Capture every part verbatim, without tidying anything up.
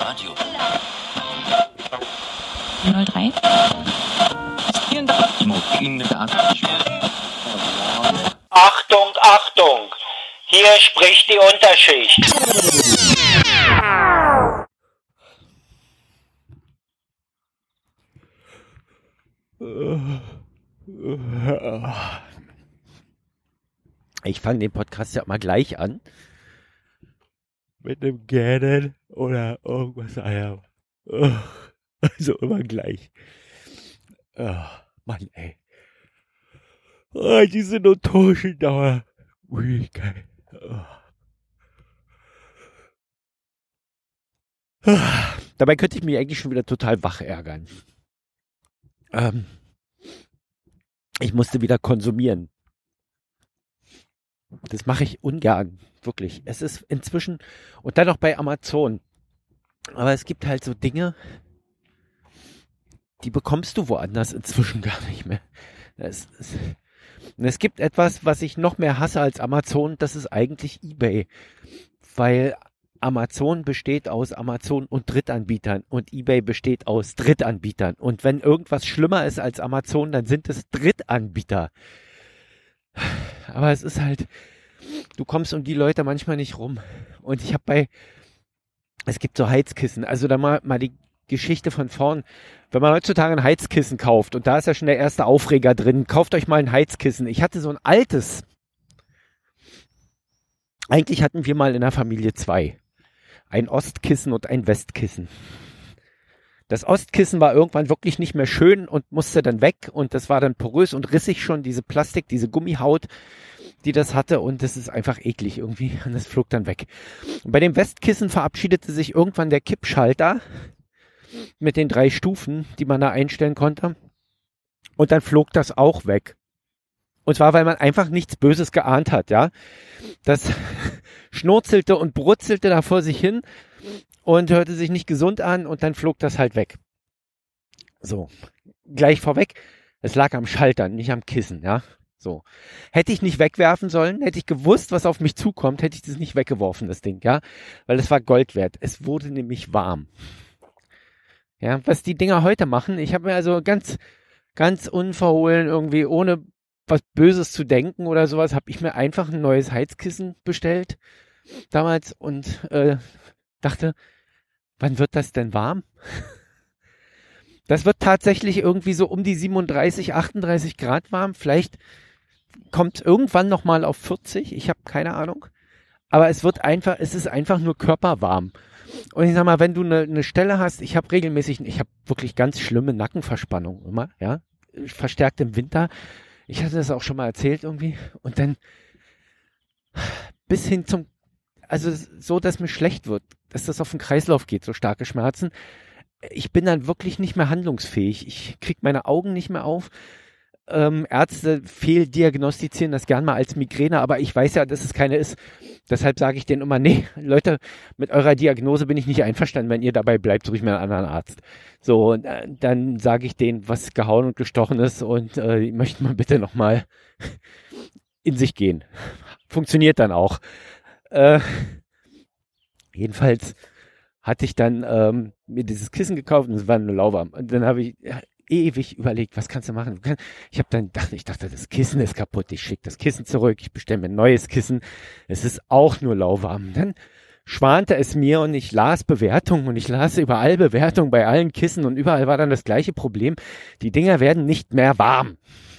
Radio. null drei. Achtung, Achtung! Hier spricht die Unterschicht. Ich fange den Podcast ja mal gleich an. Mit einem Gähnen oder irgendwas. Also immer gleich. Oh, Mann, ey. Oh, diese notorischen Dauer. Ui, geil. Oh. Ah, dabei könnte ich mich eigentlich schon wieder total wach ärgern. Ähm, ich musste wieder konsumieren. Das mache ich ungern, wirklich. Es ist inzwischen, und dann noch bei Amazon. Aber es gibt halt so Dinge, die bekommst du woanders inzwischen gar nicht mehr. Es, es, und es gibt etwas, was ich noch mehr hasse als Amazon, das ist eigentlich eBay. Weil Amazon besteht aus Amazon und Drittanbietern und eBay besteht aus Drittanbietern. Und wenn irgendwas schlimmer ist als Amazon, dann sind es Drittanbieter. Aber es ist halt, du kommst um die Leute manchmal nicht rum. Und ich habe bei, es gibt so Heizkissen, also da mal, mal die Geschichte von vorn. Wenn man heutzutage ein Heizkissen kauft und da ist ja schon der erste Aufreger drin, kauft euch mal ein Heizkissen. Ich hatte so ein altes, eigentlich hatten wir mal in der Familie zwei. Ein Ostkissen und ein Westkissen. Das Ostkissen war irgendwann wirklich nicht mehr schön und musste dann weg und das war dann porös und rissig schon, diese Plastik, diese Gummihaut, die das hatte und das ist einfach eklig irgendwie und das flog dann weg. Und bei dem Westkissen verabschiedete sich irgendwann der Kippschalter mit den drei Stufen, die man da einstellen konnte und dann flog das auch weg. Und zwar, weil man einfach nichts Böses geahnt hat, ja. Das schnurzelte und brutzelte da vor sich hin und hörte sich nicht gesund an und dann flog das halt weg. So, gleich vorweg, es lag am Schalter, nicht am Kissen, ja. So. Hätte ich nicht wegwerfen sollen, hätte ich gewusst, was auf mich zukommt, hätte ich das nicht weggeworfen, das Ding, ja. Weil es war Gold wert. Es wurde nämlich warm. Ja, was die Dinger heute machen, ich habe mir also ganz, ganz unverhohlen irgendwie, ohne was Böses zu denken oder sowas, habe ich mir einfach ein neues Heizkissen bestellt damals und äh, dachte, wann wird das denn warm? Das wird tatsächlich irgendwie so um die siebenunddreißig, achtunddreißig Grad warm. Vielleicht kommt irgendwann nochmal auf vierzig. Ich habe keine Ahnung. Aber es wird einfach, es ist einfach nur körperwarm. Und ich sag mal, wenn du eine ne Stelle hast, ich habe regelmäßig, ich habe wirklich ganz schlimme Nackenverspannung immer, ja, verstärkt im Winter. Ich hatte das auch schon mal erzählt irgendwie. Und dann bis hin zum, also so, dass mir schlecht wird, dass das auf den Kreislauf geht, so starke Schmerzen. Ich bin dann wirklich nicht mehr handlungsfähig. Ich krieg meine Augen nicht mehr auf. Ähm, Ärzte fehldiagnostizieren das gern mal als Migräne, aber ich weiß ja, dass es keine ist. Deshalb sage ich denen immer, nee, Leute, mit eurer Diagnose bin ich nicht einverstanden. Wenn ihr dabei bleibt, suche ich mir einen anderen Arzt. So, und, äh, dann sage ich denen, was gehauen und gestochen ist und äh, die möchten mal bitte nochmal in sich gehen. Funktioniert dann auch. Äh, jedenfalls hatte ich dann ähm, mir dieses Kissen gekauft und es war nur lauwarm. Und dann habe ich ja, ewig überlegt, was kannst du machen? Ich habe dann dachte, ich dachte, das Kissen ist kaputt. Ich schicke das Kissen zurück. Ich bestelle mir ein neues Kissen. Es ist auch nur lauwarm. Dann schwante es mir und ich las Bewertungen und ich las überall Bewertungen bei allen Kissen und überall war dann das gleiche Problem. Die Dinger werden nicht mehr warm.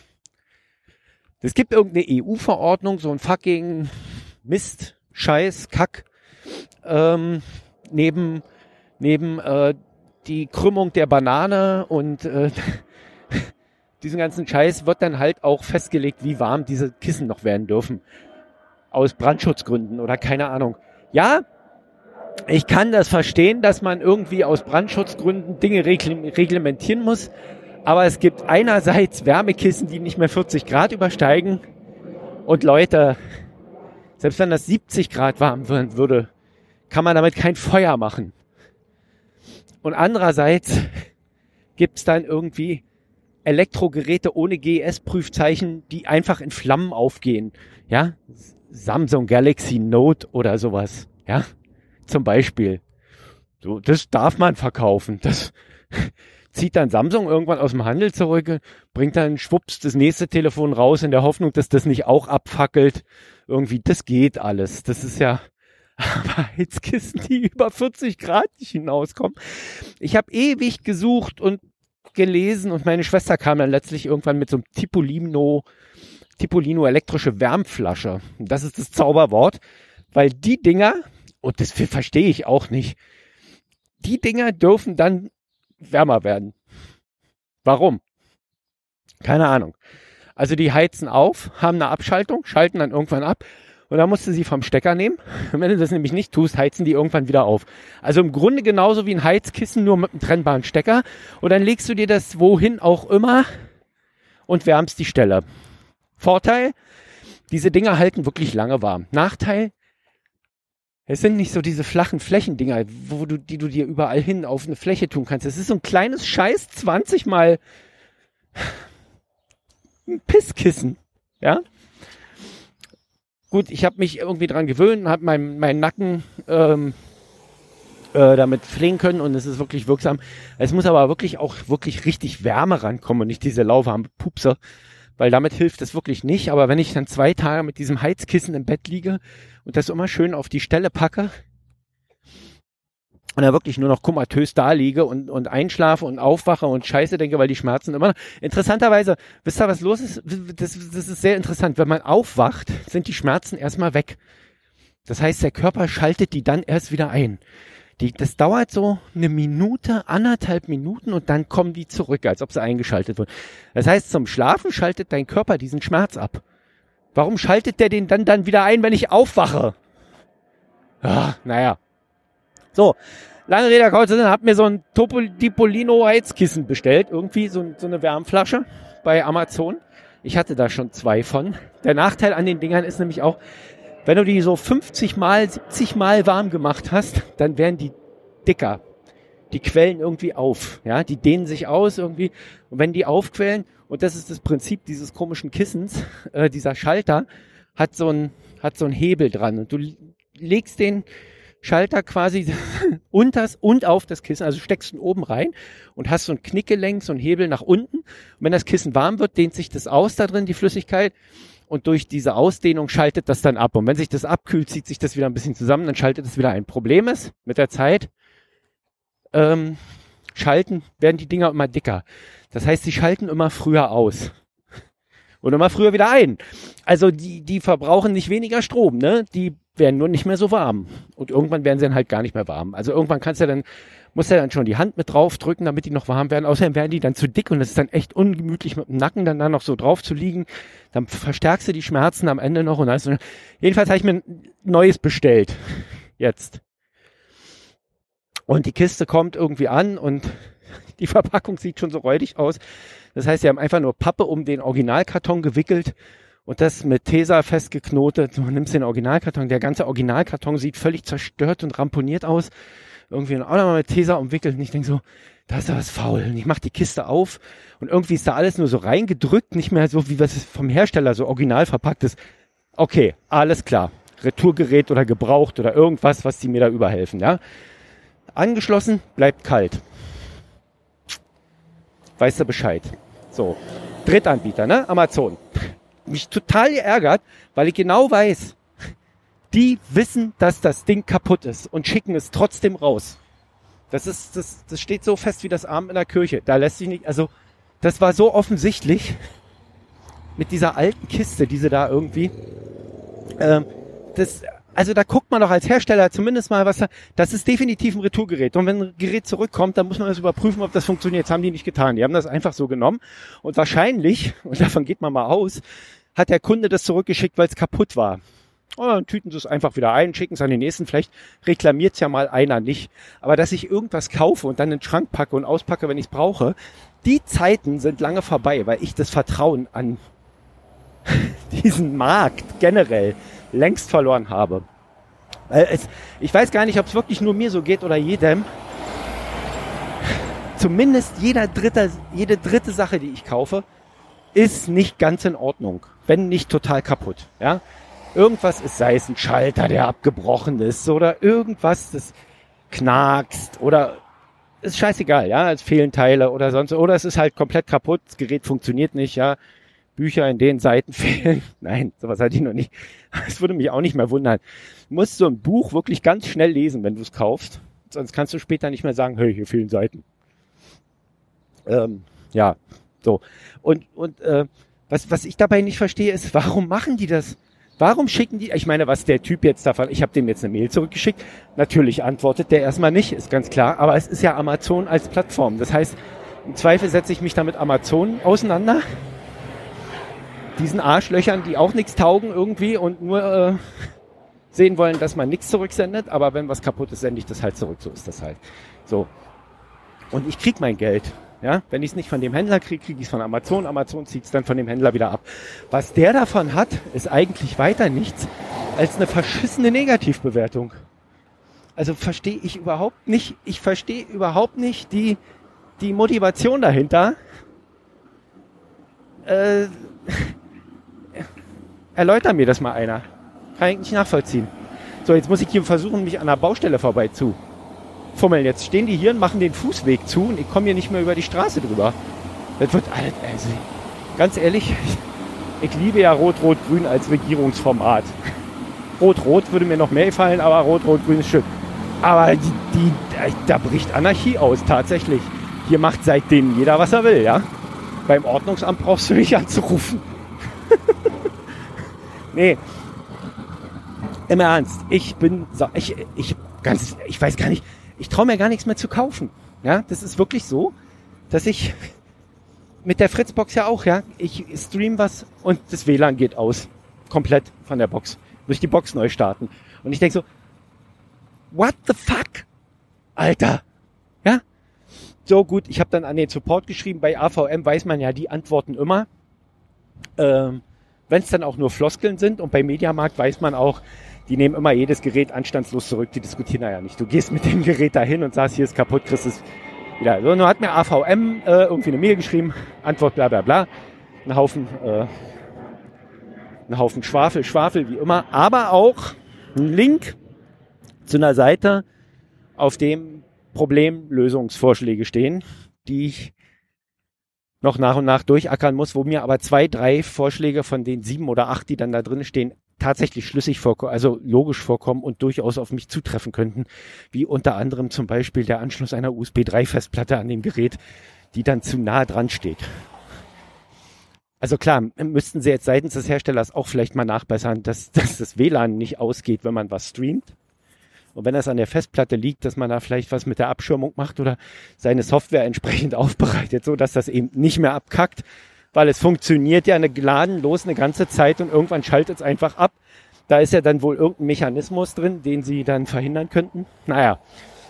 Es gibt irgendeine E U-Verordnung, so ein fucking Mist, Scheiß, Kack, ähm, neben, neben äh, die Krümmung der Banane und äh, diesen ganzen Scheiß wird dann halt auch festgelegt, wie warm diese Kissen noch werden dürfen. Aus Brandschutzgründen oder keine Ahnung. Ja, ich kann das verstehen, dass man irgendwie aus Brandschutzgründen Dinge regl- reglementieren muss, aber es gibt einerseits Wärmekissen, die nicht mehr vierzig Grad übersteigen und Leute, selbst wenn das siebzig Grad warm werden würde, kann man damit kein Feuer machen. Und andererseits gibt es dann irgendwie Elektrogeräte ohne G E S-Prüfzeichen, die einfach in Flammen aufgehen. Ja, Samsung Galaxy Note oder sowas. Ja, zum Beispiel. So, das darf man verkaufen. Das zieht dann Samsung irgendwann aus dem Handel zurück, bringt dann schwupps das nächste Telefon raus in der Hoffnung, dass das nicht auch abfackelt. Irgendwie, das geht alles. Das ist ja aber Heizkissen, die über vierzig Grad nicht hinauskommen. Ich habe ewig gesucht und gelesen und meine Schwester kam dann letztlich irgendwann mit so einem Tipolino, Tipolino elektrische Wärmflasche. Das ist das Zauberwort, weil die Dinger, und das verstehe ich auch nicht, die Dinger dürfen dann wärmer werden. Warum? Keine Ahnung. Also die heizen auf, haben eine Abschaltung, schalten dann irgendwann ab und dann musst du sie vom Stecker nehmen. Und wenn du das nämlich nicht tust, heizen die irgendwann wieder auf. Also im Grunde genauso wie ein Heizkissen, nur mit einem trennbaren Stecker. Und dann legst du dir das wohin auch immer und wärmst die Stelle. Vorteil, diese Dinger halten wirklich lange warm. Nachteil, es sind nicht so diese flachen Flächendinger, wo du, die du dir überall hin auf eine Fläche tun kannst. Es ist so ein kleines Scheiß zwanzig mal ein Pisskissen. Ja? Gut, ich habe mich irgendwie dran gewöhnt und habe meinen mein Nacken ähm, äh, damit pflegen können und es ist wirklich wirksam. Es muss aber wirklich auch wirklich richtig Wärme rankommen und nicht diese lauwarme Pupse, weil damit hilft es wirklich nicht. Aber wenn ich dann zwei Tage mit diesem Heizkissen im Bett liege und das immer schön auf die Stelle packe und da wirklich nur noch komatös da liege und, und einschlafe und aufwache und Scheiße denke, weil die Schmerzen immer noch... Interessanterweise, wisst ihr, was los ist? Das, das ist sehr interessant. Wenn man aufwacht, sind die Schmerzen erstmal weg. Das heißt, der Körper schaltet die dann erst wieder ein. Die, das dauert so eine Minute, anderthalb Minuten und dann kommen die zurück, als ob sie eingeschaltet wurden. Das heißt, zum Schlafen schaltet dein Körper diesen Schmerz ab. Warum schaltet der den dann, dann wieder ein, wenn ich aufwache? Ah, naja. So, lange Rede, kurzer Sinn, hab mir so ein Tipolino Heizkissen bestellt, irgendwie so, so eine Wärmflasche bei Amazon. Ich hatte da schon zwei von. Der Nachteil an den Dingern ist nämlich auch, wenn du die so fünfzig mal, siebzig mal warm gemacht hast, dann werden die dicker. Die quellen irgendwie auf, ja, die dehnen sich aus irgendwie. Und wenn die aufquellen, und das ist das Prinzip dieses komischen Kissens, äh, dieser Schalter hat so ein, hat so ein Hebel dran und du legst den Schalter quasi unters und auf das Kissen, also steckst ihn oben rein und hast so ein Knickgelenk, so ein Hebel nach unten. Und wenn das Kissen warm wird, dehnt sich das aus da drin, die Flüssigkeit. Und durch diese Ausdehnung schaltet das dann ab. Und wenn sich das abkühlt, zieht sich das wieder ein bisschen zusammen, dann schaltet es wieder ein. Problem ist, mit der Zeit ähm, schalten, werden die Dinger immer dicker. Das heißt, sie schalten immer früher aus. Und immer früher wieder ein. Also die, die verbrauchen nicht weniger Strom, ne? Die werden nur nicht mehr so warm. Und irgendwann werden sie dann halt gar nicht mehr warm. Also irgendwann kannst du dann, musst du dann schon die Hand mit drauf drücken, damit die noch warm werden. Außerdem werden die dann zu dick und es ist dann echt ungemütlich mit dem Nacken dann da noch so drauf zu liegen. Dann verstärkst du die Schmerzen am Ende noch. Und dann so. Jedenfalls habe ich mir ein neues bestellt. Jetzt. Und die Kiste kommt irgendwie an und die Verpackung sieht schon so räudig aus. Das heißt, sie haben einfach nur Pappe um den Originalkarton gewickelt und das mit Tesa festgeknotet. Du nimmst den Originalkarton, der ganze Originalkarton sieht völlig zerstört und ramponiert aus. Irgendwie auch nochmal mit Tesa umwickelt und ich denke so, da ist ja was faul. Und ich mache die Kiste auf und irgendwie ist da alles nur so reingedrückt, nicht mehr so, wie was vom Hersteller so original verpackt ist. Okay, alles klar. Retourgerät oder gebraucht oder irgendwas, was die mir da überhelfen, ja. Angeschlossen, bleibt kalt. Weißt du Bescheid. So, Drittanbieter, ne? Amazon. Mich total geärgert, weil ich genau weiß, die wissen, dass das Ding kaputt ist und schicken es trotzdem raus. Das ist, das, das steht so fest wie das Abend in der Kirche. Da lässt sich nicht, also, das war so offensichtlich mit dieser alten Kiste, die sie da irgendwie, ähm, das, also da guckt man doch als Hersteller zumindest mal, was da, das ist definitiv ein Retourgerät. Und wenn ein Gerät zurückkommt, dann muss man das überprüfen, ob das funktioniert. Das haben die nicht getan. Die haben das einfach so genommen. Und wahrscheinlich, und davon geht man mal aus, hat der Kunde das zurückgeschickt, weil es kaputt war. Und dann tüten sie es einfach wieder ein, schicken es an den nächsten. Vielleicht reklamiert es ja mal einer nicht. Aber dass ich irgendwas kaufe und dann in den Schrank packe und auspacke, wenn ich es brauche, die Zeiten sind lange vorbei, weil ich das Vertrauen an diesen Markt generell längst verloren habe. Es, ich weiß gar nicht, ob es wirklich nur mir so geht oder jedem. Zumindest jeder dritte, jede dritte Sache, die ich kaufe, ist nicht ganz in Ordnung, wenn nicht total kaputt. Ja? Irgendwas ist, sei es ein Schalter, der abgebrochen ist oder irgendwas. Das, knackst oder ist scheißegal, ja, es fehlen Teile oder sonst, oder es ist halt komplett kaputt, das Gerät funktioniert nicht, ja, Bücher, in denen Seiten fehlen. Nein, sowas hatte ich noch nicht. Das würde mich auch nicht mehr wundern. Du musst so ein Buch wirklich ganz schnell lesen, wenn du es kaufst. Sonst kannst du später nicht mehr sagen, hey, hier fehlen Seiten. Ähm, ja, so. Und, und äh, was, was ich dabei nicht verstehe, ist, warum machen die das? Warum schicken die, ich meine, was der Typ jetzt davon, ich habe dem jetzt eine Mail zurückgeschickt. Natürlich antwortet der erstmal nicht, ist ganz klar. Aber es ist ja Amazon als Plattform. Das heißt, im Zweifel setze ich mich da mit Amazon auseinander. Diesen Arschlöchern, die auch nichts taugen irgendwie und nur äh, sehen wollen, dass man nichts zurücksendet. Aber wenn was kaputt ist, sende ich das halt zurück. So ist das halt. So. Und ich krieg mein Geld. Ja, wenn ich es nicht von dem Händler kriege, kriege ich es von Amazon. Amazon zieht es dann von dem Händler wieder ab. Was der davon hat, ist eigentlich weiter nichts als eine verschissene Negativbewertung. Also verstehe ich überhaupt nicht. Ich verstehe überhaupt nicht die, die Motivation dahinter. Äh, erläuter mir das mal einer. Kann ich nicht nachvollziehen. So, jetzt muss ich hier versuchen, mich an der Baustelle vorbei zu fummeln. Jetzt stehen die hier und machen den Fußweg zu und ich komme hier nicht mehr über die Straße drüber. Das wird alles, also, ganz ehrlich, ich liebe ja Rot-Rot-Grün als Regierungsformat. Rot-Rot würde mir noch mehr gefallen, aber Rot-Rot-Grün ist schön. Aber die, die, da bricht Anarchie aus, tatsächlich. Hier macht seitdem jeder, was er will, ja. Beim Ordnungsamt brauchst du nicht anzurufen. Nee. Im Ernst, ich bin, ich, ich, ganz, ich weiß gar nicht, ich traue mir gar nichts mehr zu kaufen. Ja, das ist wirklich so, dass ich mit der Fritzbox ja auch, ja, ich stream was und das W L A N geht aus. Komplett von der Box. Durch die Box neu starten. Und ich denke so, what the fuck? Alter. Ja? So gut, ich habe dann an den Support geschrieben. Bei A V M weiß man ja, die antworten immer. Ähm, wenn es dann auch nur Floskeln sind. Und bei Mediamarkt weiß man auch, die nehmen immer jedes Gerät anstandslos zurück. Die diskutieren da ja nicht. Du gehst mit dem Gerät dahin und sagst, hier ist kaputt, kriegst es wieder. So, nun hat mir A V M äh, irgendwie eine Mail geschrieben. Antwort bla bla bla. Ein Haufen, äh, ein Haufen Schwafel, Schwafel, wie immer. Aber auch ein Link zu einer Seite, auf dem Problemlösungsvorschläge stehen, die ich noch nach und nach durchackern muss, wo mir aber zwei, drei Vorschläge von den sieben oder acht, die dann da drin stehen, tatsächlich schlüssig vorkommen, also logisch vorkommen und durchaus auf mich zutreffen könnten, wie unter anderem zum Beispiel der Anschluss einer U S B drei Festplatte an dem Gerät, die dann zu nah dran steht. Also klar, müssten sie jetzt seitens des Herstellers auch vielleicht mal nachbessern, dass, dass das W L A N nicht ausgeht, wenn man was streamt. Und wenn das an der Festplatte liegt, dass man da vielleicht was mit der Abschirmung macht oder seine Software entsprechend aufbereitet, so dass das eben nicht mehr abkackt, weil es funktioniert ja eine gnadenlos eine ganze Zeit und irgendwann schaltet es einfach ab. Da ist ja dann wohl irgendein Mechanismus drin, den sie dann verhindern könnten. Naja.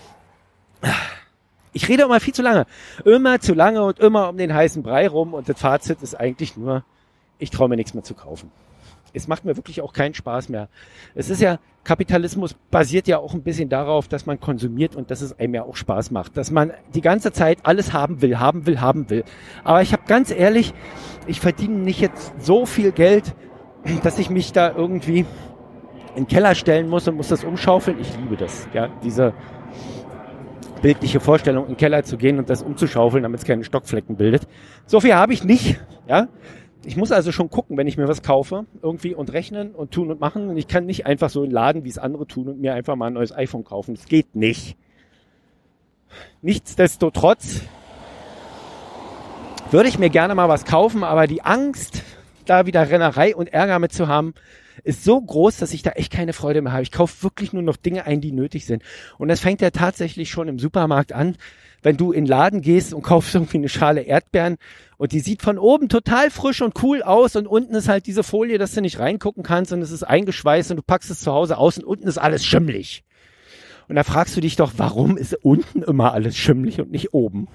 Ich rede immer viel zu lange. Immer zu lange und immer um den heißen Brei rum und das Fazit ist eigentlich nur, ich traue mir nichts mehr zu kaufen. Es macht mir wirklich auch keinen Spaß mehr. Es ist ja, Kapitalismus basiert ja auch ein bisschen darauf, dass man konsumiert und dass es einem ja auch Spaß macht. Dass man die ganze Zeit alles haben will, haben will, haben will. Aber ich habe ganz ehrlich, ich verdiene nicht jetzt so viel Geld, dass ich mich da irgendwie in den Keller stellen muss und muss das umschaufeln. Ich liebe das, ja, diese bildliche Vorstellung, in den Keller zu gehen und das umzuschaufeln, damit es keine Stockflecken bildet. So viel habe ich nicht, ja. Ich muss also schon gucken, wenn ich mir was kaufe, irgendwie und rechnen und tun und machen. Und ich kann nicht einfach so in den Laden, wie es andere tun und mir einfach mal ein neues iPhone kaufen. Das geht nicht. Nichtsdestotrotz würde ich mir gerne mal was kaufen, aber die Angst, da wieder Rennerei und Ärger mit zu haben, ist so groß, dass ich da echt keine Freude mehr habe. Ich kaufe wirklich nur noch Dinge ein, die nötig sind. Und das fängt ja tatsächlich schon im Supermarkt an, wenn du in den Laden gehst und kaufst irgendwie eine Schale Erdbeeren und die sieht von oben total frisch und cool aus und unten ist halt diese Folie, dass du nicht reingucken kannst und es ist eingeschweißt und du packst es zu Hause aus und unten ist alles schimmlig. Und da fragst du dich doch, warum ist unten immer alles schimmlig und nicht oben?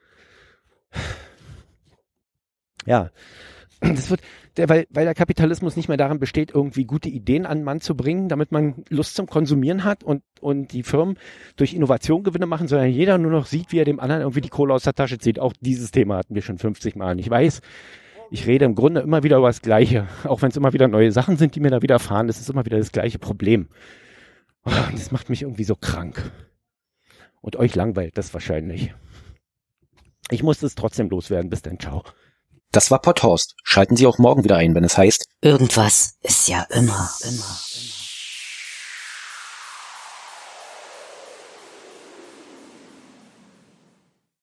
Ja, das wird, der, weil, weil der Kapitalismus nicht mehr darin besteht, irgendwie gute Ideen an den Mann zu bringen, damit man Lust zum Konsumieren hat und, und die Firmen durch Innovation Gewinne machen, sondern jeder nur noch sieht, wie er dem anderen irgendwie die Kohle aus der Tasche zieht. Auch dieses Thema hatten wir schon fünfzig Mal. Ich weiß, ich rede im Grunde immer wieder über das Gleiche, auch wenn es immer wieder neue Sachen sind, die mir da widerfahren. Das ist immer wieder das gleiche Problem. Und das macht mich irgendwie so krank. Und euch langweilt das wahrscheinlich. Ich muss es trotzdem loswerden. Bis dann, ciao. Das war Potthorst. Schalten Sie auch morgen wieder ein, wenn es heißt... Irgendwas ist ja immer, immer.